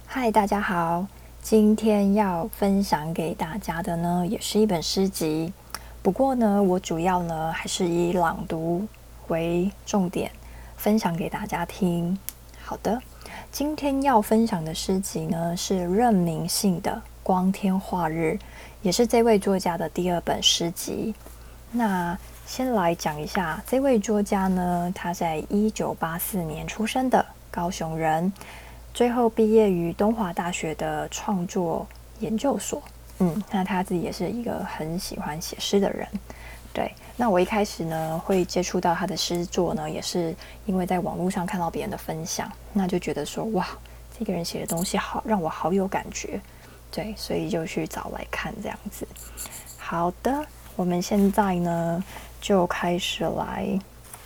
嗨，大家好，今天要分享给大家的呢，也是一本诗集。不过呢，我主要呢还是以朗读为重点，分享给大家听。好的，今天要分享的诗集呢是任明信的《光天化日》，也是这位作家的第二本诗集。那先来讲一下这位作家呢，他在1984年出生的高雄人。最后毕业于东华大学的创作研究所。那他自己也是一个很喜欢写诗的人。对，那我一开始呢会接触到他的诗作呢，也是因为在网络上看到别人的分享，那就觉得说哇，这个人写的东西好，让我好有感觉。对，所以就去找来看这样子。好的，我们现在呢就开始来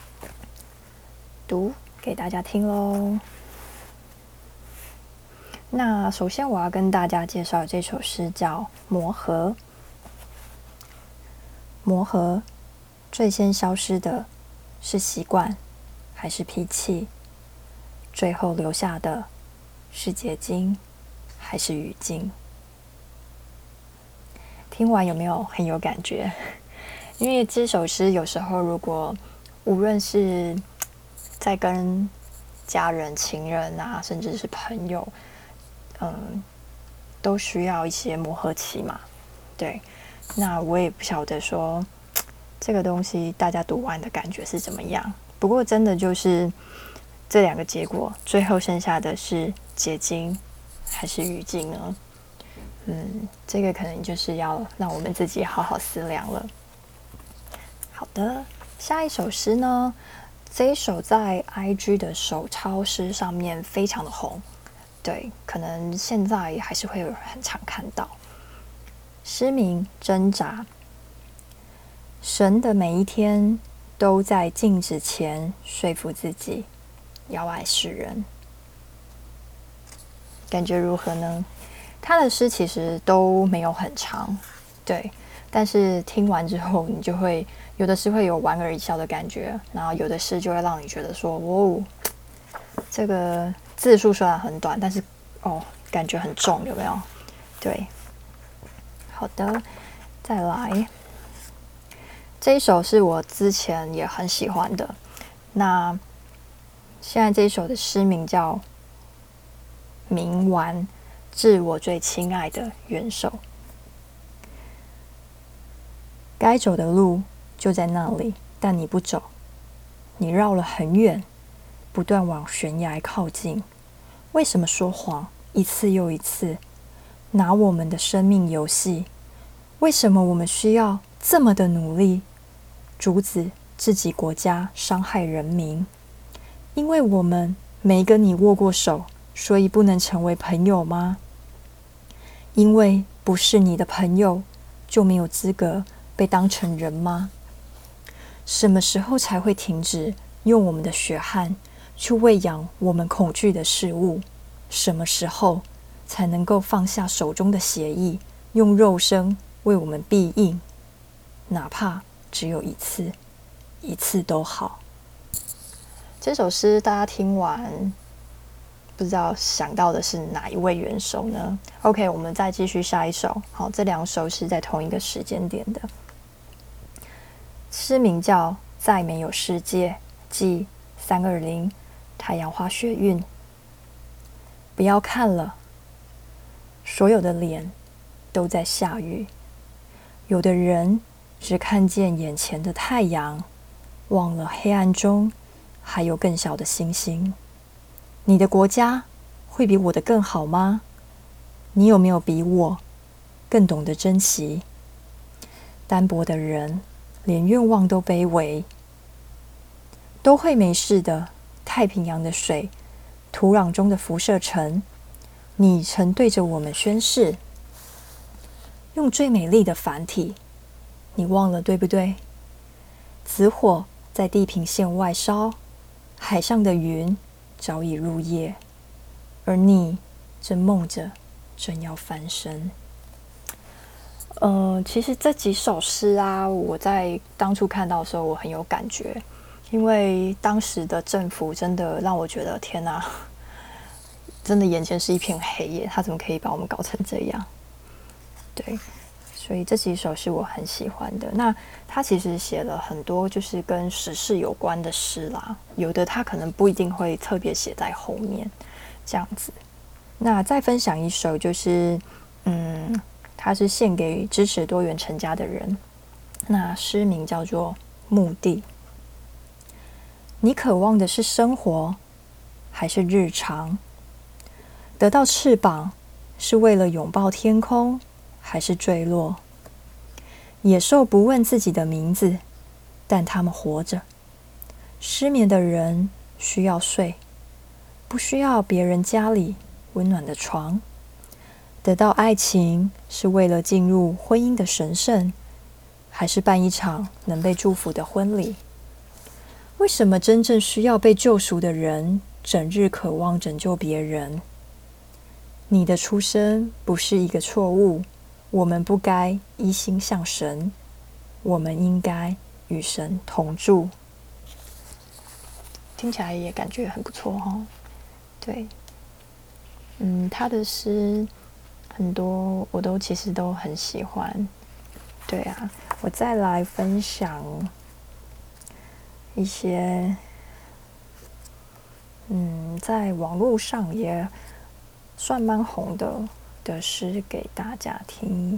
读给大家听咯。那首先我要跟大家介绍这首诗叫《磨合》。磨合，最先消失的是习惯还是脾气？最后留下的是结晶还是语境？听完有没有很有感觉？因为这首诗有时候如果无论是在跟家人、情人啊，甚至是朋友，都需要一些磨合期嘛。对，那我也不晓得说这个东西大家读完的感觉是怎么样。不过真的就是这两个结果，最后剩下的是结晶还是语境呢？这个可能就是要让我们自己好好思量了。好的，下一首诗呢，这一首在 IG 的手抄诗上面非常的红。对，可能现在还是会有人很常看到。诗名挣扎，神的每一天都在镜子前说服自己要爱世人，感觉如何呢？他的诗其实都没有很长，对，但是听完之后，你就会有的诗会有莞尔一笑的感觉，然后有的诗就会让你觉得说，哦，这个字数虽然很短，但是感觉很重，有没有？对，好的，再来，这一首是我之前也很喜欢的。那现在这一首的诗名叫《冥顽》，致我最亲爱的元首。该走的路就在那里，但你不走，你绕了很远，不断往悬崖靠近。为什么说谎一次又一次，拿我们的生命游戏？为什么我们需要这么的努力，阻止自己国家伤害人民？因为我们没跟你握过手，所以不能成为朋友吗？因为不是你的朋友，就没有资格被当成人吗？什么时候才会停止用我们的血汗去喂养我们恐惧的事物？什么时候才能够放下手中的协议，用肉身为我们庇应？哪怕只有一次，一次都好。这首诗大家听完，不知道想到的是哪一位元首呢 ？OK， 我们再继续下一首。好，这两首是在同一个时间点的。诗名叫《再没有世界》，即320太阳花学运。不要看了，所有的脸都在下雨。有的人只看见眼前的太阳，忘了黑暗中还有更小的星星。你的国家会比我的更好吗？你有没有比我更懂得珍惜？单薄的人连愿望都卑微，都会没事的。太平洋的水，土壤中的辐射层，你曾对着我们宣誓，用最美丽的繁体，你忘了对不对？紫火在地平线外烧，海上的云早已入夜，而你正梦着正要翻身。其实这几首诗啊，我在当初看到的时候，我很有感觉，因为当时的政府真的让我觉得天哪， 真的眼前是一片黑夜，他怎么可以把我们搞成这样？对，所以这几首是我很喜欢的。那他其实写了很多就是跟时事有关的诗啦，有的他可能不一定会特别写在后面这样子。那再分享一首，就是他是献给支持多元成家的人。那诗名叫做《墓地》。你渴望的是生活，还是日常？得到翅膀是为了拥抱天空，还是坠落？野兽不问自己的名字，但他们活着。失眠的人需要睡，不需要别人家里温暖的床。得到爱情是为了进入婚姻的神圣，还是办一场能被祝福的婚礼？为什么真正需要被救赎的人整日渴望拯救别人？你的出生不是一个错误，我们不该一心向神，我们应该与神同住。听起来也感觉很不错哦。对，他的诗很多我都其实都很喜欢。对啊，我再来分享一些在网络上也算蛮红的诗给大家听。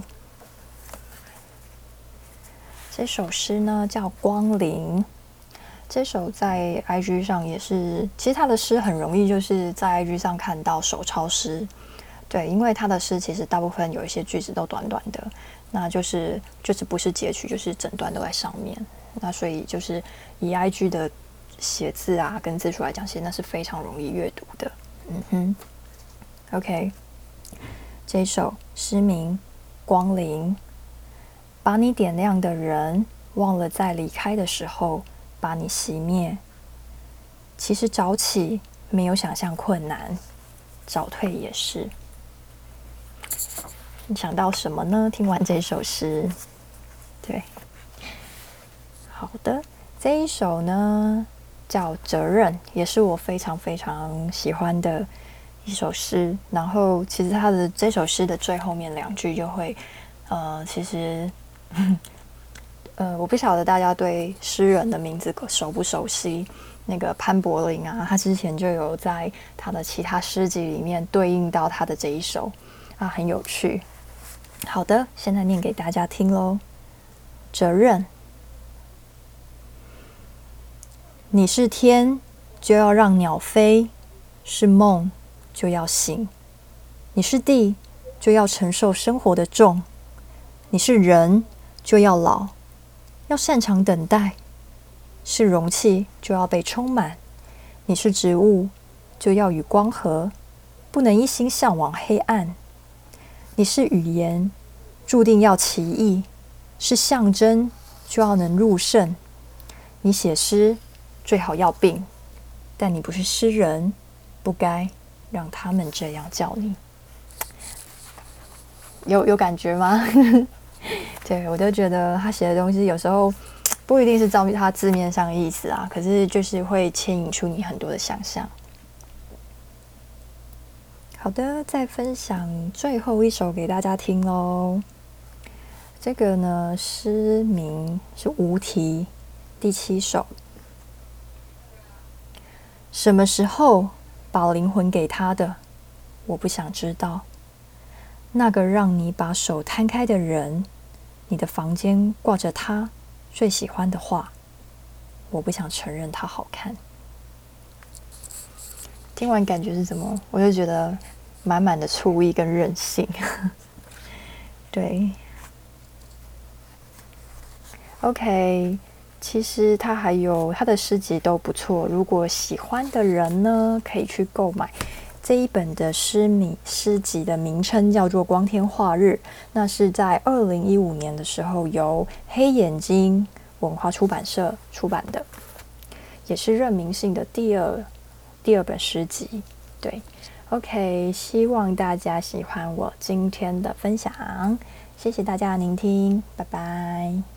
这首诗呢叫《光临》，这首在 IG 上也是，其实他的诗很容易就是在 IG 上看到手抄诗。对，因为他的诗其实大部分有一些句子都短短的，那就是不是截取，就是整段都在上面。那所以就是以 IG 的写字啊跟字数来讲，其实那是非常容易阅读的。OK， 这一首诗名《光临》，把你点亮的人，忘了在离开的时候把你熄灭。其实早起没有想象困难，早退也是。你想到什么呢？听完这首诗，对，好的，这一首呢叫《责任》，也是我非常非常喜欢的一首诗。然后，其实他的这首诗的最后面2句就会，其实，我不晓得大家对诗人的名字熟不熟悉。那个潘柏林啊，他之前就有在他的其他诗集里面对应到他的这一首啊，很有趣。好的，现在念给大家听咯。责任，你是天，就要让鸟飞；是梦，就要醒。你是地，就要承受生活的重；你是人，就要老，要擅长等待。是容器，就要被充满；你是植物，就要与光合，不能一心向往黑暗。你是语言，注定要奇异；是象征，就要能入圣。你写诗，最好要病，但你不是诗人，不该让他们这样叫你。有感觉吗？对，我就觉得他写的东西有时候不一定是照他字面上的意思啊，可是就是会牵引出你很多的想象。好的，再分享最后一首给大家听咯。这个呢，诗名是无题，第7首。什么时候把灵魂给他的？我不想知道。那个让你把手摊开的人，你的房间挂着他最喜欢的画，我不想承认他好看。听完感觉是什么？我就觉得满满的醋意跟任性。对 ，OK， 其实他还有他的诗集都不错，如果喜欢的人呢，可以去购买。这一本的诗集的名称叫做《光天化日》，那是在2015年的时候由黑眼睛文化出版社出版的，也是任明信的第二本诗集。对 ，OK， 希望大家喜欢我今天的分享，谢谢大家的聆听，拜拜。